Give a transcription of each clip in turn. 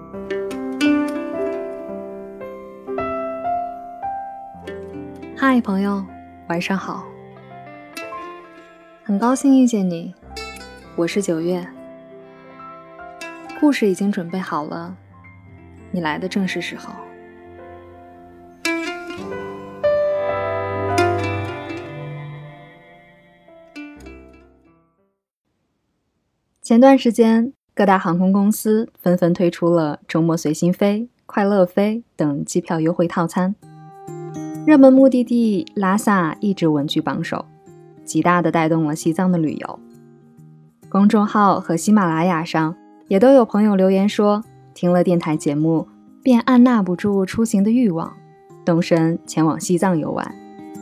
嗨，朋友，晚上好。很高兴遇见你，我是9月。故事已经准备好了，你来的正是时候。前段时间，各大航空公司纷纷推出了周末随心飞、快乐飞等机票优惠套餐。热门目的地拉萨一直稳居榜首，极大地带动了西藏的旅游。公众号和喜马拉雅上也都有朋友留言说，听了电台节目便按捺不住出行的欲望，动身前往西藏游玩。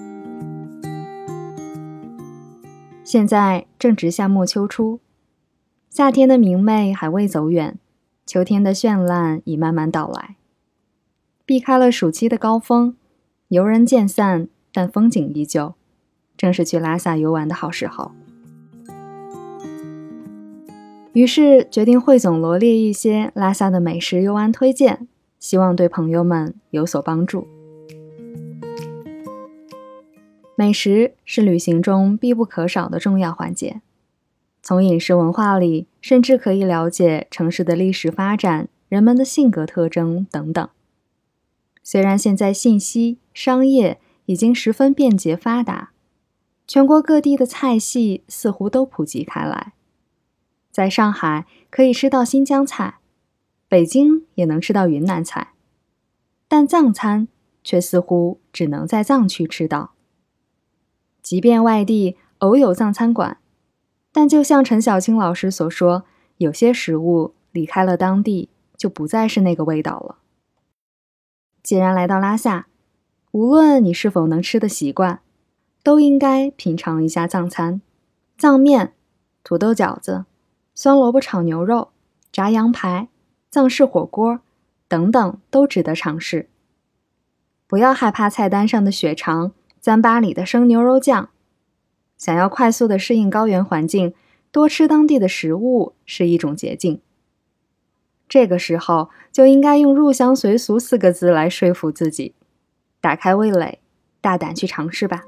现在正值夏末秋初，夏天的明媚还未走远，秋天的绚烂已慢慢到来。避开了暑期的高峰，游人渐散，但风景依旧，正是去拉萨游玩的好时候。于是决定汇总罗列一些拉萨的美食游玩推荐，希望对朋友们有所帮助。美食是旅行中必不可少的重要环节，从饮食文化里甚至可以了解城市的历史发展、人们的性格特征等等。虽然现在信息、商业已经十分便捷发达，全国各地的菜系似乎都普及开来。在上海可以吃到新疆菜，北京也能吃到云南菜，但藏餐却似乎只能在藏区吃到。即便外地偶有藏餐馆，但就像陈小青老师所说，有些食物离开了当地就不再是那个味道了。既然来到拉萨，无论你是否能吃得习惯，都应该品尝一下藏餐。藏面、土豆饺子、酸萝卜炒牛肉、炸羊排、藏式火锅等等都值得尝试。不要害怕菜单上的血肠、糌粑里的生牛肉酱。想要快速地适应高原环境，多吃当地的食物是一种捷径。这个时候就应该用入乡随俗4个字来说服自己，打开味蕾，大胆去尝试吧。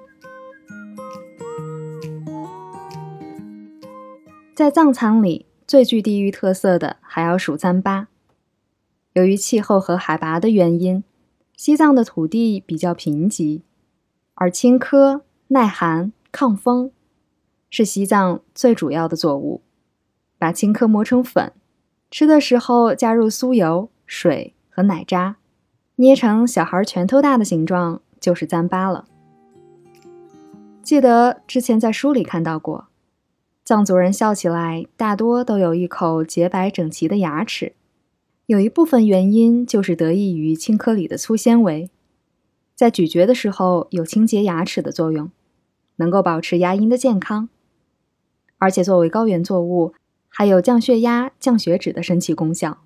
在藏餐里，最具地域特色的还要数糌粑。由于气候和海拔的原因，西藏的土地比较贫瘠，而青稞、耐寒、抗风是西藏最主要的作物。把青稞磨成粉，吃的时候加入酥油、水和奶渣，捏成小孩拳头大的形状，就是糌粑了。记得之前在书里看到过，藏族人笑起来大多都有一口洁白整齐的牙齿，有一部分原因就是得益于青稞里的粗纤维，在咀嚼的时候有清洁牙齿的作用，能够保持牙龈的健康。而且作为高原作物，还有降血压、降血脂的神奇功效。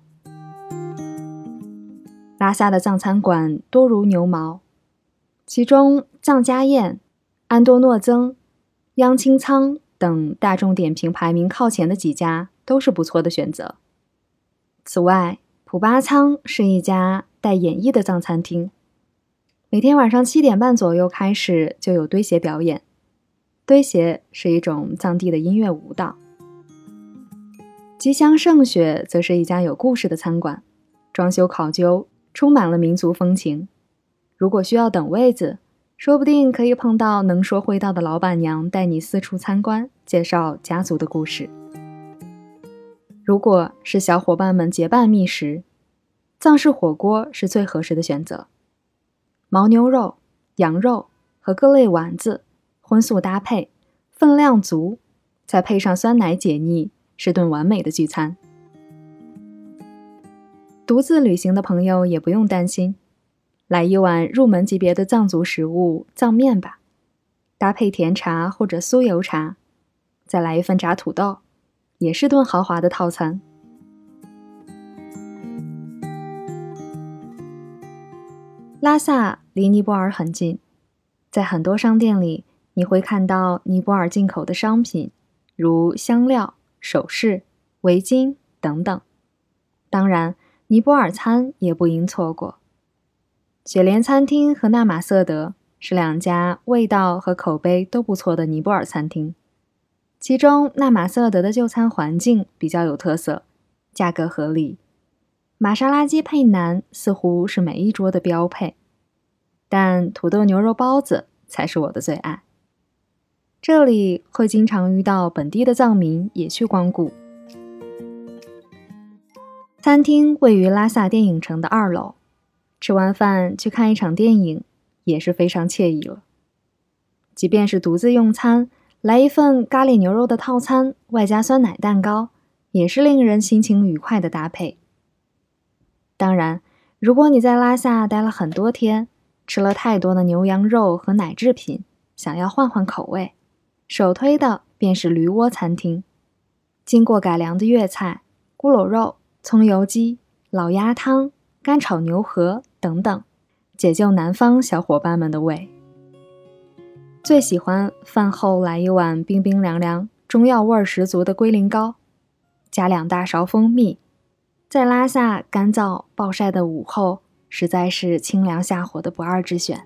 拉萨的藏餐馆多如牛毛，其中藏家宴、安多诺增、央青仓等大众点评排名靠前的几家都是不错的选择。此外，普巴仓是一家带演绎的藏餐厅，每天晚上7点半左右开始就有堆鞋表演。堆鞋是一种藏地的音乐舞蹈。吉祥胜雪则是一家有故事的餐馆，装修考究，充满了民族风情。如果需要等位子，说不定可以碰到能说会道的老板娘带你四处参观，介绍家族的故事。如果是小伙伴们结伴觅食，藏式火锅是最合适的选择。牦牛肉、羊肉和各类丸子，荤素搭配，分量足，再配上酸奶解腻，是顿完美的聚餐。独自旅行的朋友也不用担心，来一碗入门级别的藏族食物藏面吧，搭配甜茶或者酥油茶，再来一份炸土豆，也是顿豪华的套餐。拉萨离尼泊尔很近，在很多商店里，你会看到尼泊尔进口的商品，如香料、首饰、围巾等等。当然， 尼泊尔餐也不应错过。雪莲餐厅和纳马瑟德是2家味道和口碑都不错的尼泊尔餐厅，其中纳马瑟德的就餐环境比较有特色，价格合理，玛莎拉鸡配馕似乎是每一桌的标配，但土豆牛肉包子才是我的最爱。这里会经常遇到本地的藏民也去光顾。餐厅位于拉萨电影城的2楼，吃完饭去看一场电影也是非常惬意了。即便是独自用餐，来一份咖喱牛肉的套餐，外加酸奶蛋糕，也是令人心情愉快的搭配。当然，如果你在拉萨待了很多天，吃了太多的牛羊肉和奶制品，想要换换口味，首推的便是驴窝餐厅。经过改良的粤菜、咕噜肉、葱油鸡、老鸭汤、干炒牛河等等，解救南方小伙伴们的胃。最喜欢饭后来一碗冰冰凉凉、中药味十足的龟苓膏，加2大勺蜂蜜，在拉萨干燥暴晒的午后，实在是清凉下火的不二之选。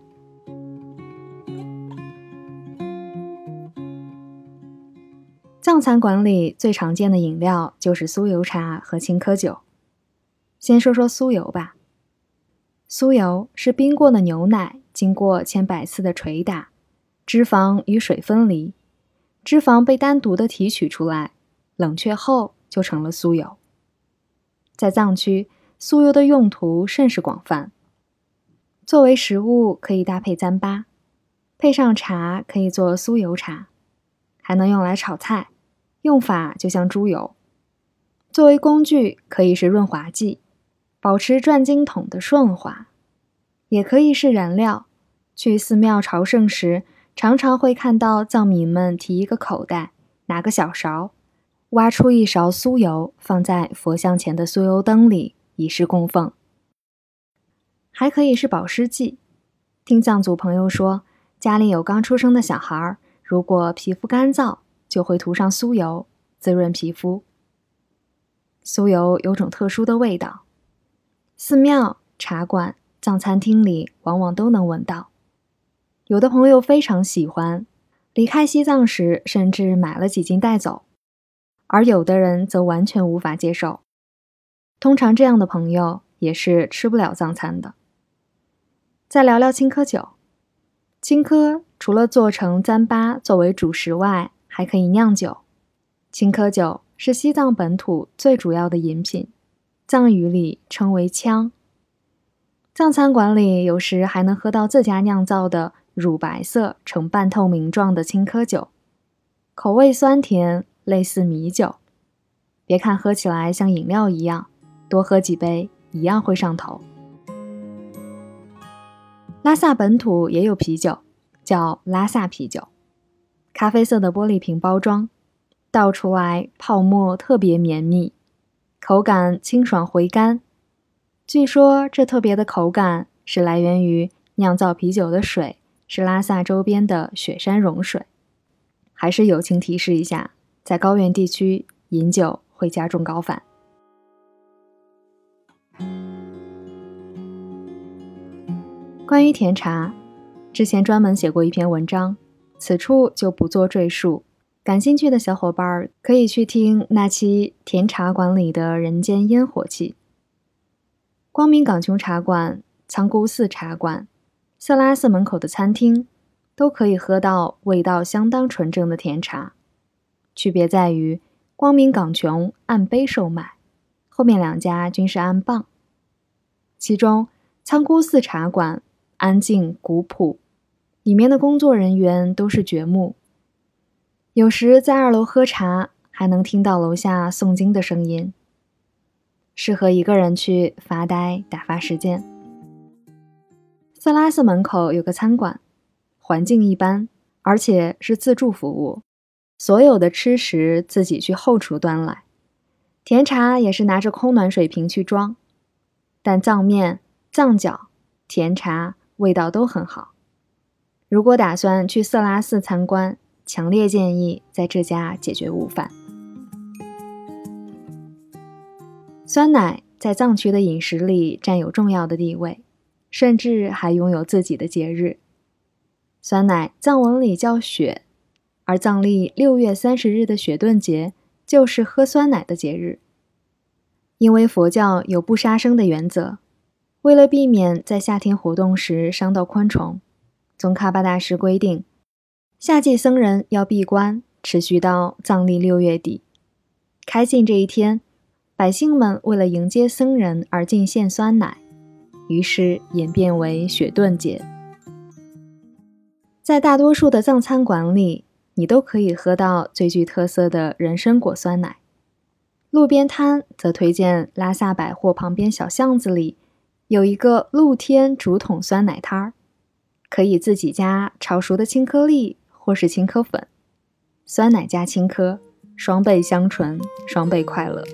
藏餐馆里最常见的饮料就是酥油茶和青稞酒。先说说酥油吧。酥油是冰过的牛奶经过千百次的捶打，脂肪与水分离，脂肪被单独的提取出来，冷却后就成了酥油。在藏区，酥油的用途甚是广泛。作为食物可以搭配糌粑，配上茶可以做酥油茶，还能用来炒菜，用法就像猪油。作为工具可以是润滑剂，保持转经筒的顺滑，也可以是燃料。去寺庙朝圣时，常常会看到藏民们提一个口袋，拿个小勺，挖出一勺酥油，放在佛像前的酥油灯里，以示供奉。还可以是保湿剂，听藏族朋友说，家里有刚出生的小孩，如果皮肤干燥，就会涂上酥油，滋润皮肤。酥油有种特殊的味道，寺庙、茶馆、藏餐厅里往往都能闻到。有的朋友非常喜欢，离开西藏时甚至买了几斤带走，而有的人则完全无法接受。通常这样的朋友也是吃不了藏餐的。再聊聊青稞酒。青稞除了做成糌粑作为主食外，还可以酿酒。青稞酒是西藏本土最主要的饮品，藏语里称为羌。藏餐馆里有时还能喝到自家酿造的乳白色呈半透明状的青稞酒，口味酸甜，类似米酒。别看喝起来像饮料一样，多喝几杯一样会上头。拉萨本土也有啤酒，叫拉萨啤酒，咖啡色的玻璃瓶包装，倒出来泡沫特别绵密，口感清爽回甘。据说这特别的口感是来源于酿造啤酒的水是拉萨周边的雪山融水。还是友情提示一下，在高原地区饮酒会加重高反。关于甜茶，之前专门写过一篇文章，此处就不做赘述，感兴趣的小伙伴可以去听那期甜茶馆里的人间烟火气。光明岗琼茶馆、仓姑寺茶馆、色拉寺门口的餐厅都可以喝到味道相当纯正的甜茶，区别在于光明岗琼按杯售卖，后面2家均是按磅。其中仓姑寺茶馆安静古朴，里面的工作人员都是觉木。有时在2楼喝茶，还能听到楼下诵经的声音，适合一个人去发呆打发时间。色拉寺门口有个餐馆，环境一般，而且是自助服务，所有的吃食自己去后厨端来，甜茶也是拿着空暖水瓶去装，但藏面、藏饺、甜茶味道都很好。如果打算去色拉寺参观，强烈建议在这家解决午饭。酸奶在藏区的饮食里占有重要的地位，甚至还拥有自己的节日。酸奶藏文里叫雪，而藏历6月30日的雪顿节就是喝酸奶的节日。因为佛教有不杀生的原则，为了避免在夏天活动时伤到昆虫，宗喀巴大师规定，夏季僧人要闭关，持续到藏历6月底。开禁这一天，百姓们为了迎接僧人而进献酸奶，于是演变为雪顿节。在大多数的藏餐馆里，你都可以喝到最具特色的人参果酸奶。路边摊则推荐拉萨百货旁边小巷子里有一个露天竹筒酸奶摊儿，可以自己加炒熟的青颗粒或是青稞粉，酸奶加青稞，双倍香醇，双倍快乐。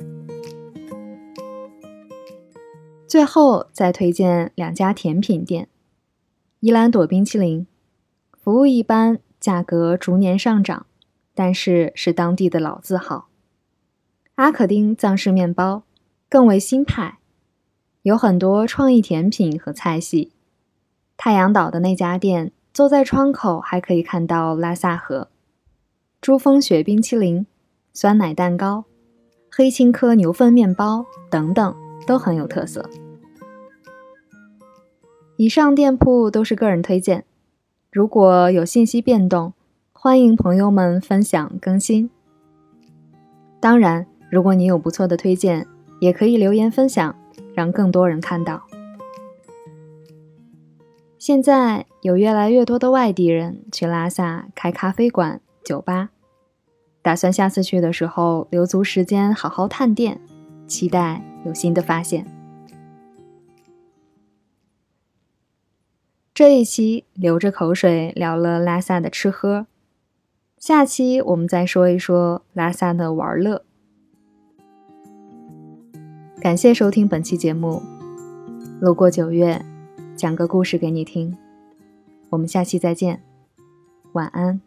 最后再推荐2家甜品店，伊兰朵冰淇淋，服务一般，价格逐年上涨，但是当地的老字号。阿可丁藏式面包更为新派，有很多创意甜品和菜系。太阳岛的那家店，坐在窗口还可以看到拉萨河。珠峰雪冰淇淋、酸奶蛋糕、黑青稞牛粪面包等等都很有特色。以上店铺都是个人推荐，如果有信息变动，欢迎朋友们分享更新。当然，如果你有不错的推荐，也可以留言分享，让更多人看到。现在有越来越多的外地人去拉萨开咖啡馆、酒吧，打算下次去的时候留足时间好好探店，期待有新的发现。这一期流着口水聊了拉萨的吃喝，下期我们再说一说拉萨的玩乐。感谢收听本期节目，路过9月，讲个故事给你听。我们下期再见，晚安。